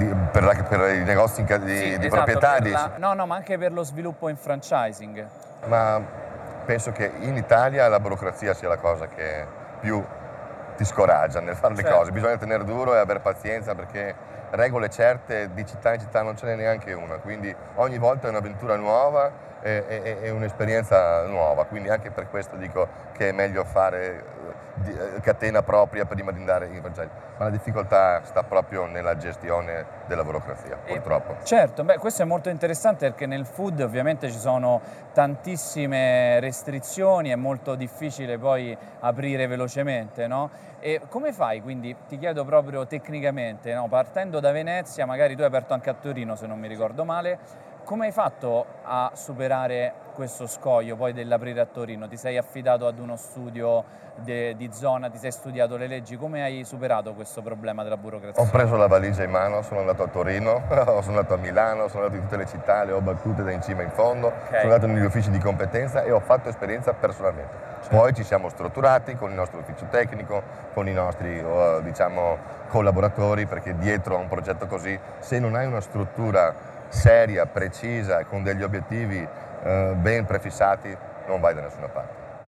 i negozi di proprietà? No, ma anche per lo sviluppo in franchising. Ma penso che in Italia la burocrazia sia la cosa che più ti scoraggia nel fare le cose. Bisogna tenere duro e avere pazienza, perché regole certe di città in città non ce n'è neanche una, quindi ogni volta è un'avventura nuova e un'esperienza nuova, quindi anche per questo dico che è meglio fare catena propria prima di andare in franchising, ma la difficoltà sta proprio nella gestione della burocrazia, purtroppo. Certo, questo è molto interessante perché nel food ovviamente ci sono tantissime restrizioni, è molto difficile poi aprire velocemente, no? E come fai, quindi ti chiedo proprio tecnicamente, no? Partendo da Venezia, magari tu hai aperto anche a Torino se non mi ricordo male, come hai fatto a superare questo scoglio poi dell'aprire a Torino? Ti sei affidato ad uno studio di zona, ti sei studiato le leggi, come hai superato questo problema della burocrazia? Ho preso la valigia in mano, sono andato a Torino, sono andato a Milano, sono andato in tutte le città, le ho battute da in cima in fondo, sono andato negli uffici di competenza e ho fatto esperienza personalmente. Poi ci siamo strutturati con il nostro ufficio tecnico, con i nostri collaboratori, perché dietro a un progetto così, se non hai una struttura seria, precisa, con degli obiettivi ben prefissati, non vai da nessuna parte.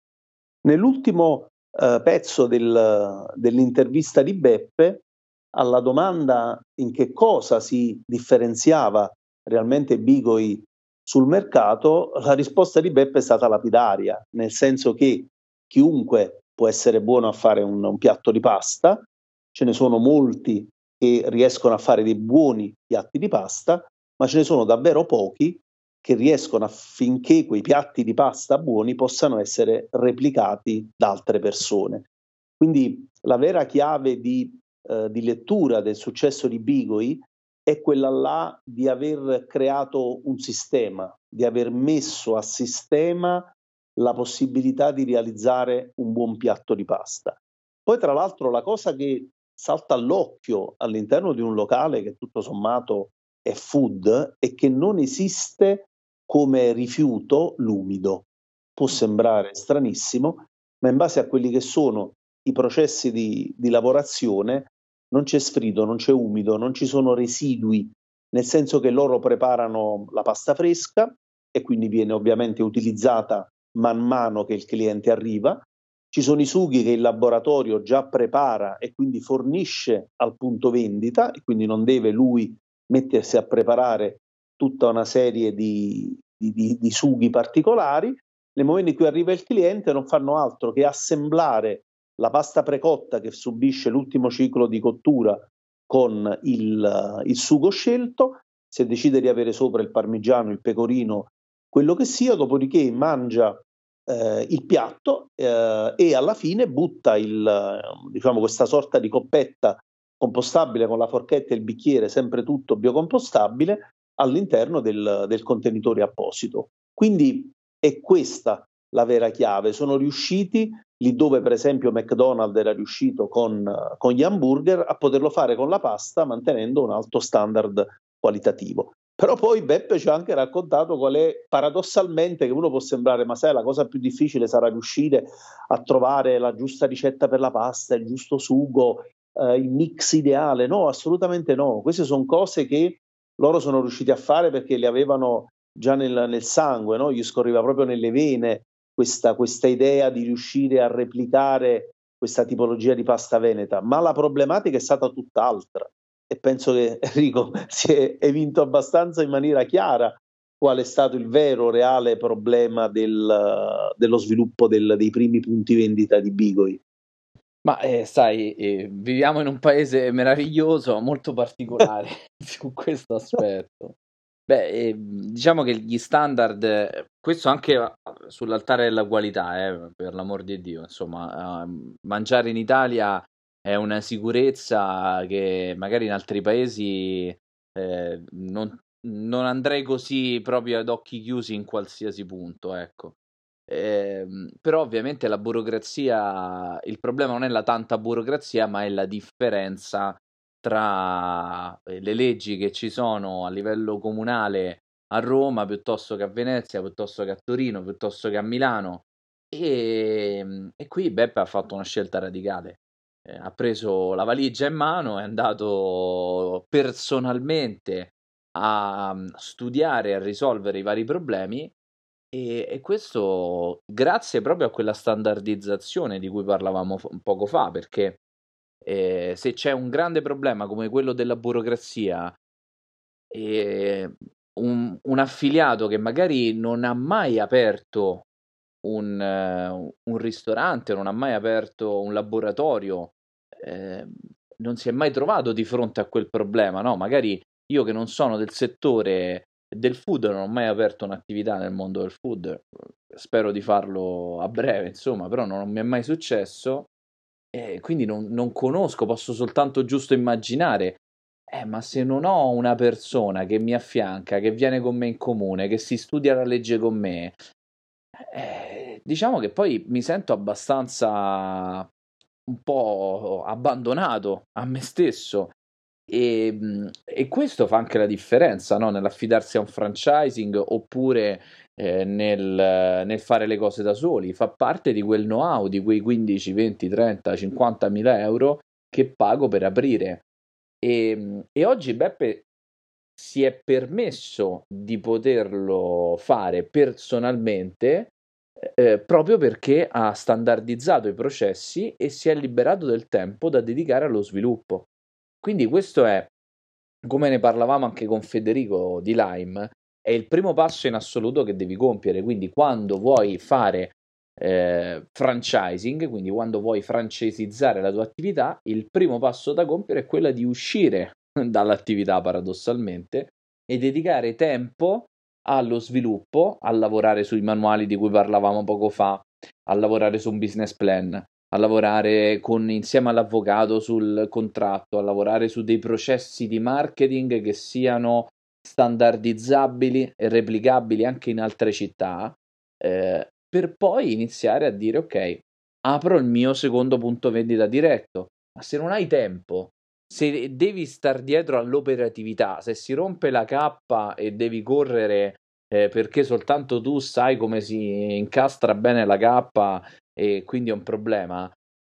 Nell'ultimo pezzo dell'intervista di Beppe, alla domanda in che cosa si differenziava realmente Bigoi sul mercato, la risposta di Beppe è stata lapidaria, nel senso che chiunque può essere buono a fare un piatto di pasta, ce ne sono molti che riescono a fare dei buoni piatti di pasta, ma ce ne sono davvero pochi che riescono affinché quei piatti di pasta buoni possano essere replicati da altre persone. Quindi la vera chiave di lettura del successo di Bigoi è quella là di aver creato un sistema, di aver messo a sistema la possibilità di realizzare un buon piatto di pasta. Poi tra l'altro la cosa che salta all'occhio all'interno di un locale che tutto sommato è food è che non esiste come rifiuto l'umido. Può sembrare stranissimo, ma in base a quelli che sono i processi di lavorazione non c'è sfrido, non c'è umido, non ci sono residui, nel senso che loro preparano la pasta fresca e quindi viene ovviamente utilizzata man mano che il cliente arriva. Ci sono i sughi che il laboratorio già prepara e quindi fornisce al punto vendita e quindi non deve lui mettersi a preparare tutta una serie di sughi particolari. Nel momento in cui arriva il cliente non fanno altro che assemblare la pasta precotta che subisce l'ultimo ciclo di cottura con il sugo scelto, se decide di avere sopra il parmigiano, il pecorino, quello che sia, dopodiché mangia il piatto e alla fine butta questa sorta di coppetta compostabile con la forchetta e il bicchiere, sempre tutto biocompostabile, all'interno del contenitore apposito. Quindi è questa la vera chiave. Sono riusciti, lì dove per esempio McDonald's era riuscito con gli hamburger, a poterlo fare con la pasta mantenendo un alto standard qualitativo. Però poi Beppe ci ha anche raccontato qual è, paradossalmente, che uno può sembrare, ma sai, la cosa più difficile sarà riuscire a trovare la giusta ricetta per la pasta, il giusto sugo. il mix ideale, no, assolutamente no. Queste sono cose che loro sono riusciti a fare perché le avevano già nel sangue, no? Gli scorreva proprio nelle vene questa idea di riuscire a replicare questa tipologia di pasta veneta, ma la problematica è stata tutt'altra e penso che Enrico si è evinto abbastanza in maniera chiara qual è stato il vero, reale problema dello sviluppo dei primi punti vendita di Bigoi. Ma sai, viviamo in un paese meraviglioso, molto particolare su questo aspetto. Beh, diciamo che gli standard, questo anche sull'altare della qualità, per l'amor di Dio, insomma, mangiare in Italia è una sicurezza che magari in altri paesi non andrei così proprio ad occhi chiusi in qualsiasi punto, ecco. Però ovviamente la burocrazia, il problema non è la tanta burocrazia, ma è la differenza tra le leggi che ci sono a livello comunale a Roma piuttosto che a Venezia, piuttosto che a Torino, piuttosto che a Milano. E qui Beppe ha fatto una scelta radicale. Ha preso la valigia in mano, è andato personalmente a studiare e a risolvere i vari problemi e questo grazie proprio a quella standardizzazione di cui parlavamo poco fa, perché se c'è un grande problema come quello della burocrazia, un affiliato che magari non ha mai aperto un ristorante, non ha mai aperto un laboratorio, non si è mai trovato di fronte a quel problema, no? Magari io che non sono del settore del food, non ho mai aperto un'attività nel mondo del food, spero di farlo a breve, insomma, però non mi è mai successo e quindi non conosco, posso soltanto giusto immaginare. Ma se non ho una persona che mi affianca, che viene con me in comune, che si studia la legge con me, diciamo che poi mi sento abbastanza un po' abbandonato a me stesso e questo fa anche la differenza, no? Nell'affidarsi a un franchising oppure nel fare le cose da soli. Fa parte di quel know-how, di quei 15, 20, 30, 50 mila euro che pago per aprire. E oggi Beppe si è permesso di poterlo fare personalmente proprio perché ha standardizzato i processi e si è liberato del tempo da dedicare allo sviluppo. Quindi questo è, come ne parlavamo anche con Federico di Lime, è il primo passo in assoluto che devi compiere. Quindi quando vuoi fare franchising, quindi quando vuoi francesizzare la tua attività, il primo passo da compiere è quello di uscire dall'attività paradossalmente e dedicare tempo allo sviluppo, a lavorare sui manuali di cui parlavamo poco fa, a lavorare su un business plan, a lavorare insieme all'avvocato sul contratto, a lavorare su dei processi di marketing che siano standardizzabili e replicabili anche in altre città, per poi iniziare a dire ok, apro il mio secondo punto vendita diretto, ma se non hai tempo, se devi star dietro all'operatività, se si rompe la cappa e devi correre perché soltanto tu sai come si incastra bene la cappa e quindi è un problema,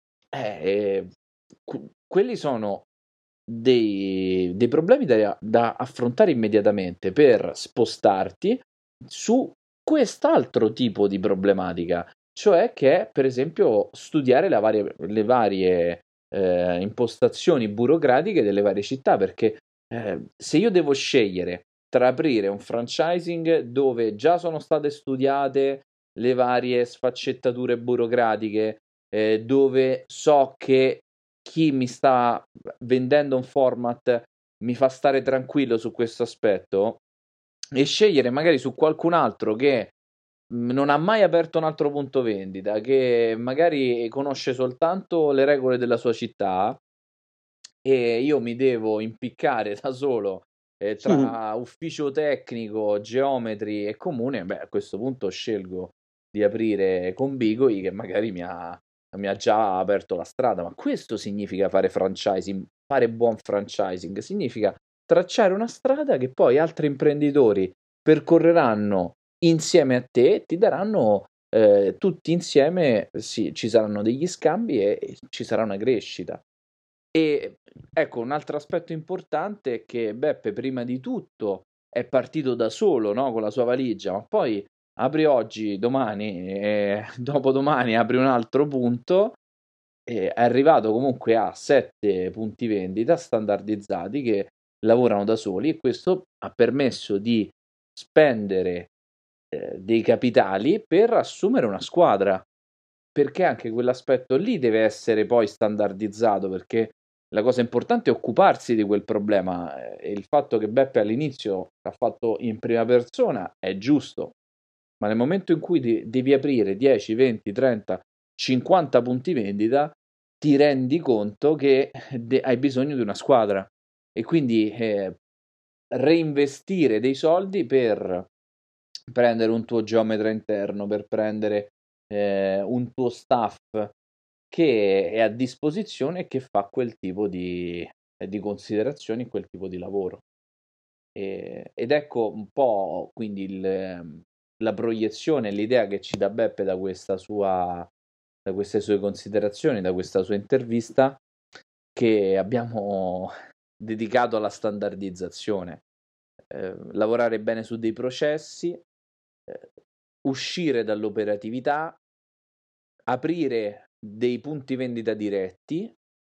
quelli sono dei problemi da affrontare immediatamente per spostarti su quest'altro tipo di problematica, cioè che per esempio studiare le varie impostazioni burocratiche delle varie città, perché se io devo scegliere tra aprire un franchising dove già sono state studiate le varie sfaccettature burocratiche, dove so che chi mi sta vendendo un format mi fa stare tranquillo su questo aspetto, e scegliere magari su qualcun altro che non ha mai aperto un altro punto vendita, che magari conosce soltanto le regole della sua città e io mi devo impiccare da solo tra ufficio tecnico, geometri e comune, beh, a questo punto scelgo di aprire con Bigoi che magari mi ha già aperto la strada. Ma questo significa fare franchising, fare buon franchising, significa tracciare una strada che poi altri imprenditori percorreranno insieme a te, ti daranno tutti insieme, sì, ci saranno degli scambi e ci sarà una crescita. E ecco, un altro aspetto importante è che Beppe prima di tutto è partito da solo, no? Con la sua valigia, ma poi apri oggi, domani e dopodomani apri un altro punto, e è arrivato comunque a 7 punti vendita standardizzati che lavorano da soli, e questo ha permesso di spendere dei capitali per assumere una squadra, perché anche quell'aspetto lì deve essere poi standardizzato, perché la cosa importante è occuparsi di quel problema, e il fatto che Beppe all'inizio l'ha fatto in prima persona è giusto, ma nel momento in cui devi aprire 10, 20, 30, 50 punti vendita, ti rendi conto che hai bisogno di una squadra, e quindi reinvestire dei soldi per prendere un tuo geometra interno, per prendere un tuo staff che è a disposizione e che fa quel tipo di considerazioni, quel tipo di lavoro. Ed ecco un po' quindi la proiezione, l'idea che ci dà Beppe da queste sue considerazioni, da questa sua intervista, che abbiamo dedicato alla standardizzazione. Lavorare bene su dei processi, uscire dall'operatività, aprire dei punti vendita diretti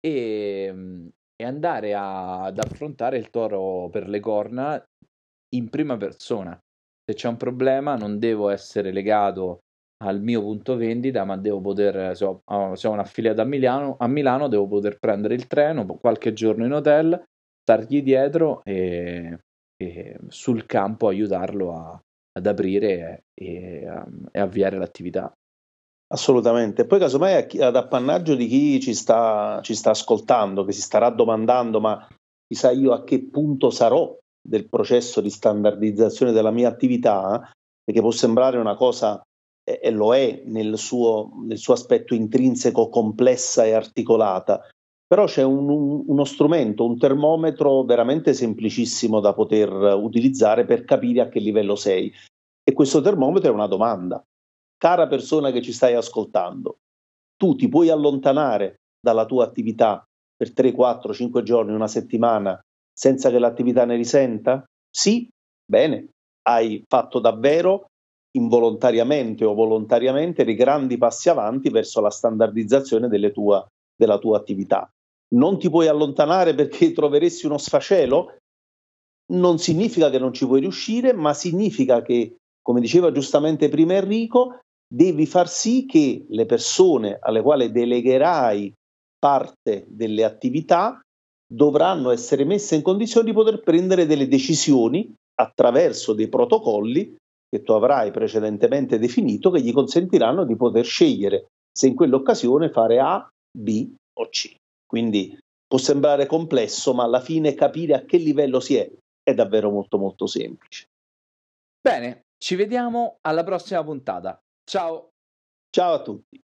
e andare ad affrontare il toro per le corna in prima persona. Se c'è un problema non devo essere legato al mio punto vendita, ma devo poter, se ho un affiliato a Milano, devo poter prendere il treno, qualche giorno in hotel, stargli dietro e sul campo aiutarlo ad aprire e avviare l'attività. Assolutamente. Poi casomai ad appannaggio di chi ci sta ascoltando, che si starà domandando: ma chissà io a che punto sarò del processo di standardizzazione della mia attività, perché può sembrare una cosa, e lo è nel suo aspetto intrinseco, complessa e articolata, però c'è uno strumento, un termometro veramente semplicissimo da poter utilizzare per capire a che livello sei, e questo termometro è una domanda. Cara persona che ci stai ascoltando, tu ti puoi allontanare dalla tua attività per 3, 4, 5 giorni, una settimana, senza che l'attività ne risenta? Sì? Bene, hai fatto davvero, involontariamente o volontariamente, dei grandi passi avanti verso la standardizzazione della tua attività. Non ti puoi allontanare perché troveresti uno sfacelo? Non significa che non ci puoi riuscire, ma significa che, come diceva giustamente prima Enrico, devi far sì che le persone alle quali delegherai parte delle attività dovranno essere messe in condizione di poter prendere delle decisioni attraverso dei protocolli che tu avrai precedentemente definito, che gli consentiranno di poter scegliere se in quell'occasione fare A, B o C. Quindi può sembrare complesso, ma alla fine capire a che livello si è davvero molto molto semplice. Bene, ci vediamo alla prossima puntata. Ciao! Ciao a tutti!